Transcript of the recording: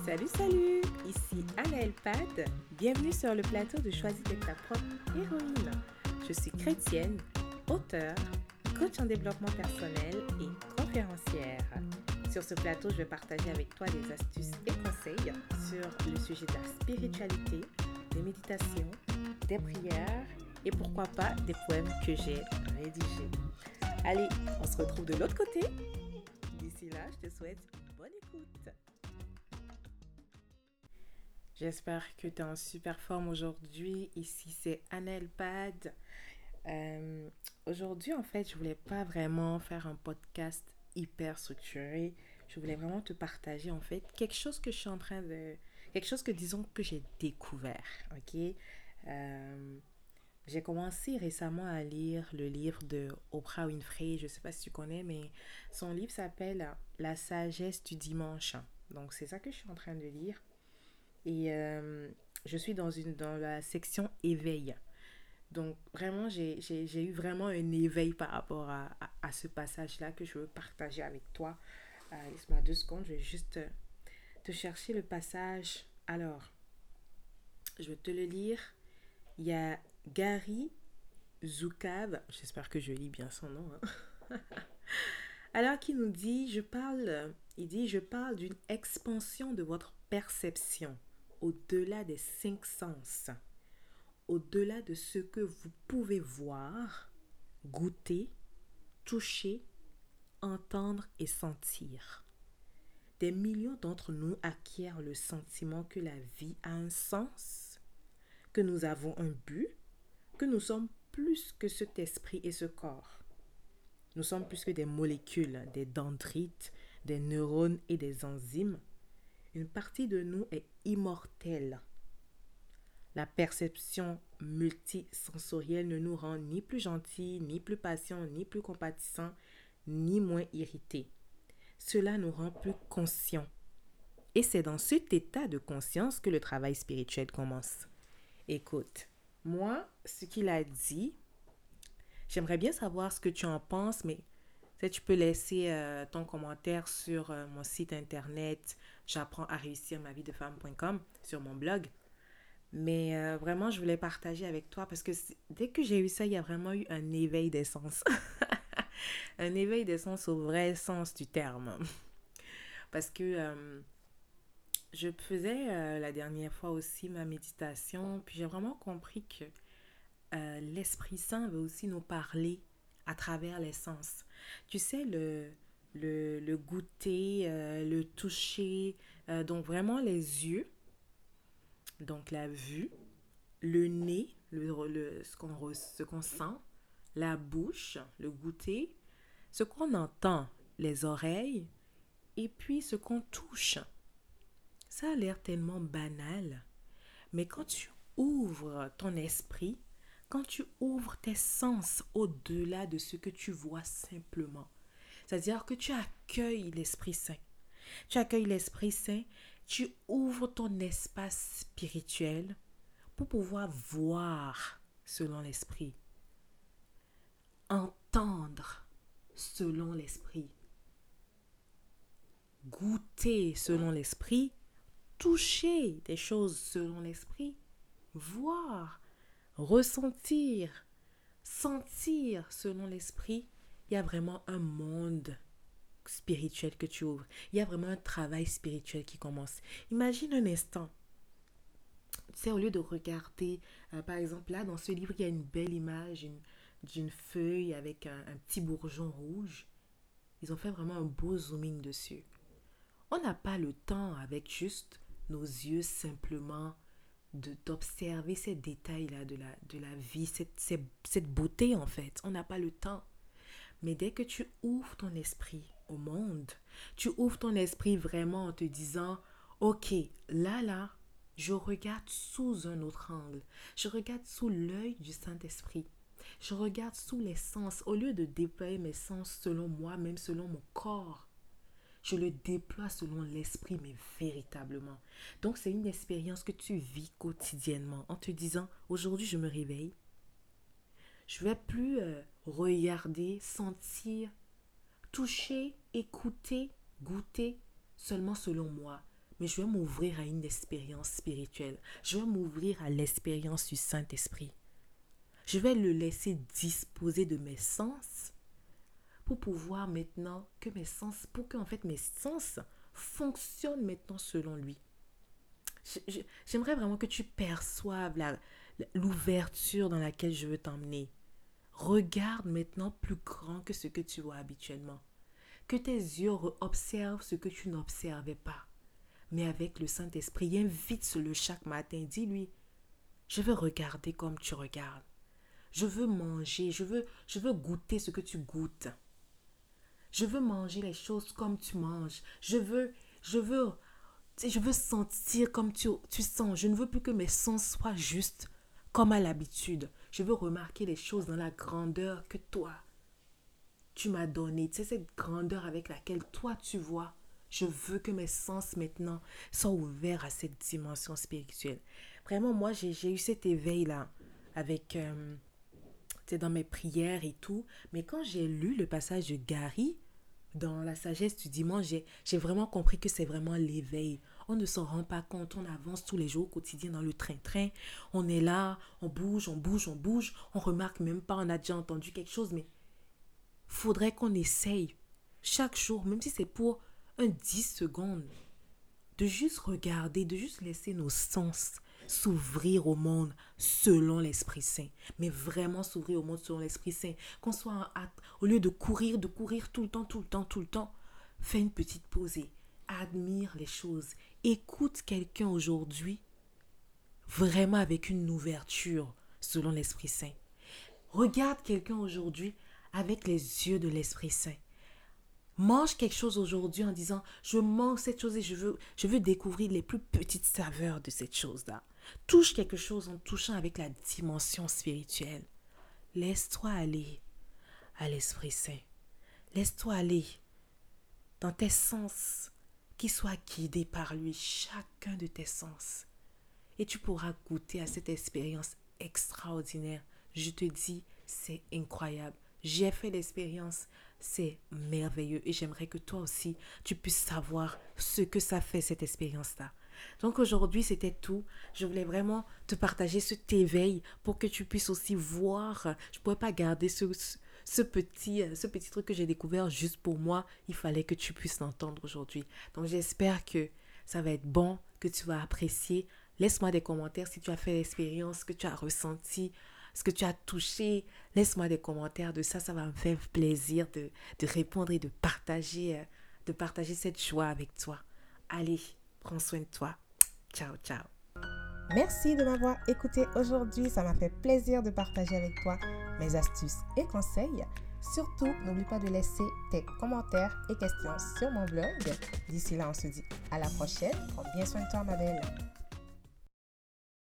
Salut, ici Anaëlle Pad. Bienvenue sur le plateau de Choisis d'être ta propre héroïne. Je suis chrétienne, auteure, coach en développement personnel et conférencière. Sur ce plateau, je vais partager avec toi des astuces et conseils sur le sujet de la spiritualité, des méditations, des prières et pourquoi pas des poèmes que j'ai rédigés. Allez, on se retrouve de l'autre côté. D'ici là, je te souhaite une bonne écoute. J'espère que tu es en super forme aujourd'hui. Ici, c'est Anaëlle Pad. Aujourd'hui, en fait, je voulais pas vraiment faire un podcast hyper structuré. Je voulais vraiment te partager, en fait, quelque chose que je suis en train de... Quelque chose que, disons, que j'ai découvert, ok? J'ai commencé récemment à lire le livre de Oprah Winfrey. Je sais pas si tu connais, mais son livre s'appelle La sagesse du dimanche. Donc, c'est ça que je suis en train de lire. Et je suis dans la section éveil. Donc, vraiment, j'ai eu vraiment un éveil par rapport à ce passage-là que je veux partager avec toi. Laisse-moi 2 secondes, je vais juste te chercher le passage. Alors, je vais te le lire. Il y a Gary Zukav, j'espère que je lis bien son nom, hein. Alors qu'il nous dit, je parle d'une expansion de votre perception au-delà des 5 sens, au-delà de ce que vous pouvez voir, goûter, toucher, entendre et sentir. Des millions d'entre nous acquièrent le sentiment que la vie a un sens, que nous avons un but, que nous sommes plus que cet esprit et ce corps. Nous sommes plus que des molécules, des dendrites, des neurones et des enzymes. Une partie de nous est immortelle. La perception multisensorielle ne nous rend ni plus gentils, ni plus patients, ni plus compatissants, ni moins irrités. Cela nous rend plus conscients. Et c'est dans cet état de conscience que le travail spirituel commence. Écoute, moi, ce qu'il a dit, j'aimerais bien savoir ce que tu en penses, mais tu peux laisser ton commentaire sur mon site internet j'apprends à réussir ma vie de femme.com sur mon blog. Mais vraiment, je voulais partager avec toi parce que dès que j'ai eu ça, il y a vraiment eu un éveil des sens. Un éveil des sens au vrai sens du terme. Parce que je faisais la dernière fois aussi ma méditation, puis j'ai vraiment compris que l'Esprit Saint veut aussi nous parler à travers les sens. Tu sais, le goûter, le toucher, donc vraiment les yeux, donc la vue, le nez, ce qu'on sent, la bouche, le goûter, ce qu'on entend, les oreilles, et puis ce qu'on touche. Ça a l'air tellement banal, mais quand tu ouvres ton esprit, quand tu ouvres tes sens au-delà de ce que tu vois simplement, c'est-à-dire que tu accueilles l'Esprit Saint. Tu accueilles l'Esprit Saint, tu ouvres ton espace spirituel pour pouvoir voir selon l'Esprit, entendre selon l'Esprit, goûter selon l'Esprit, toucher des choses selon l'Esprit, voir, ressentir, sentir selon l'Esprit. Il y a vraiment un monde spirituel que tu ouvres. Il y a vraiment un travail spirituel qui commence. Imagine un instant. Tu sais, au lieu de regarder, par exemple, là, dans ce livre, il y a une belle image d'une feuille avec un petit bourgeon rouge. Ils ont fait vraiment un beau zooming dessus. On n'a pas le temps, avec juste nos yeux, simplement, d'observer ces détails-là de la vie, cette beauté, en fait. On n'a pas le temps. Mais dès que tu ouvres ton esprit au monde, tu ouvres ton esprit vraiment en te disant, ok, là, je regarde sous un autre angle. Je regarde sous l'œil du Saint-Esprit. Je regarde sous les sens. Au lieu de déployer mes sens selon moi, même selon mon corps, je le déploie selon l'esprit, mais véritablement. Donc, c'est une expérience que tu vis quotidiennement en te disant, aujourd'hui, je me réveille. Je ne vais plus regarder, sentir, toucher, écouter, goûter seulement selon moi. mais je vais m'ouvrir à une expérience spirituelle. Je vais m'ouvrir à l'expérience du Saint-Esprit. Je vais le laisser disposer de mes sens pour pouvoir maintenant que mes sens, pour que en fait mes sens fonctionnent maintenant selon lui. J'aimerais vraiment que tu perçoives l'ouverture dans laquelle je veux t'emmener. Regarde maintenant plus grand que ce que tu vois habituellement. Que tes yeux observent ce que tu n'observais pas. Mais avec le Saint-Esprit, invite-le chaque matin. Dis-lui, je veux regarder comme tu regardes. Je veux manger, je veux goûter ce que tu goûtes. Je veux manger les choses comme tu manges. Je veux sentir comme tu sens. Je ne veux plus que mes sens soient juste comme à l'habitude. Je veux remarquer les choses dans la grandeur que toi, tu m'as donnée. Tu sais, cette grandeur avec laquelle toi, tu vois. Je veux que mes sens maintenant soient ouverts à cette dimension spirituelle. Vraiment, moi, j'ai eu cet éveil-là avec, dans mes prières et tout. Mais quand j'ai lu le passage de Gary, dans la sagesse du dimanche, j'ai vraiment compris que c'est vraiment l'éveil. On ne s'en rend pas compte, on avance tous les jours au quotidien dans le train-train. On est là, on bouge, on bouge, on bouge. On remarque même pas, on a déjà entendu quelque chose, mais faudrait qu'on essaye chaque jour, même si c'est pour 10 secondes, de juste regarder, de juste laisser nos sens s'ouvrir au monde selon l'Esprit Saint. Mais vraiment s'ouvrir au monde selon l'Esprit Saint. Qu'on soit en hâte, au lieu de courir tout le temps, fais une petite pause et admire les choses. Écoute quelqu'un aujourd'hui vraiment avec une ouverture selon l'Esprit Saint. Regarde quelqu'un aujourd'hui avec les yeux de l'Esprit Saint. Mange quelque chose aujourd'hui en disant je mange cette chose et je veux découvrir les plus petites saveurs de cette chose-là. Touche quelque chose en touchant avec la dimension spirituelle. Laisse-toi aller à l'Esprit Saint. Laisse-toi aller dans tes sens qui soient guidés par lui, chacun de tes sens. Et tu pourras goûter à cette expérience extraordinaire. Je te dis, c'est incroyable. J'ai fait l'expérience, c'est merveilleux et j'aimerais que toi aussi, tu puisses savoir ce que ça fait cette expérience-là. Donc aujourd'hui, c'était tout. Je voulais vraiment te partager cet éveil pour que tu puisses aussi voir. Je ne pourrais pas garder ce petit truc que j'ai découvert juste pour moi. Il fallait que tu puisses l'entendre aujourd'hui. Donc j'espère que ça va être bon, que tu vas apprécier. Laisse-moi des commentaires si tu as fait l'expérience, ce que tu as ressenti, ce que tu as touché. Laisse-moi des commentaires de ça. Ça va me faire plaisir de répondre et de partager cette joie avec toi. Allez, prends soin de toi. Ciao, ciao. Merci de m'avoir écouté aujourd'hui. Ça m'a fait plaisir de partager avec toi mes astuces et conseils. Surtout, n'oublie pas de laisser tes commentaires et questions sur mon blog. D'ici là, on se dit à la prochaine. Prends bien soin de toi, ma belle.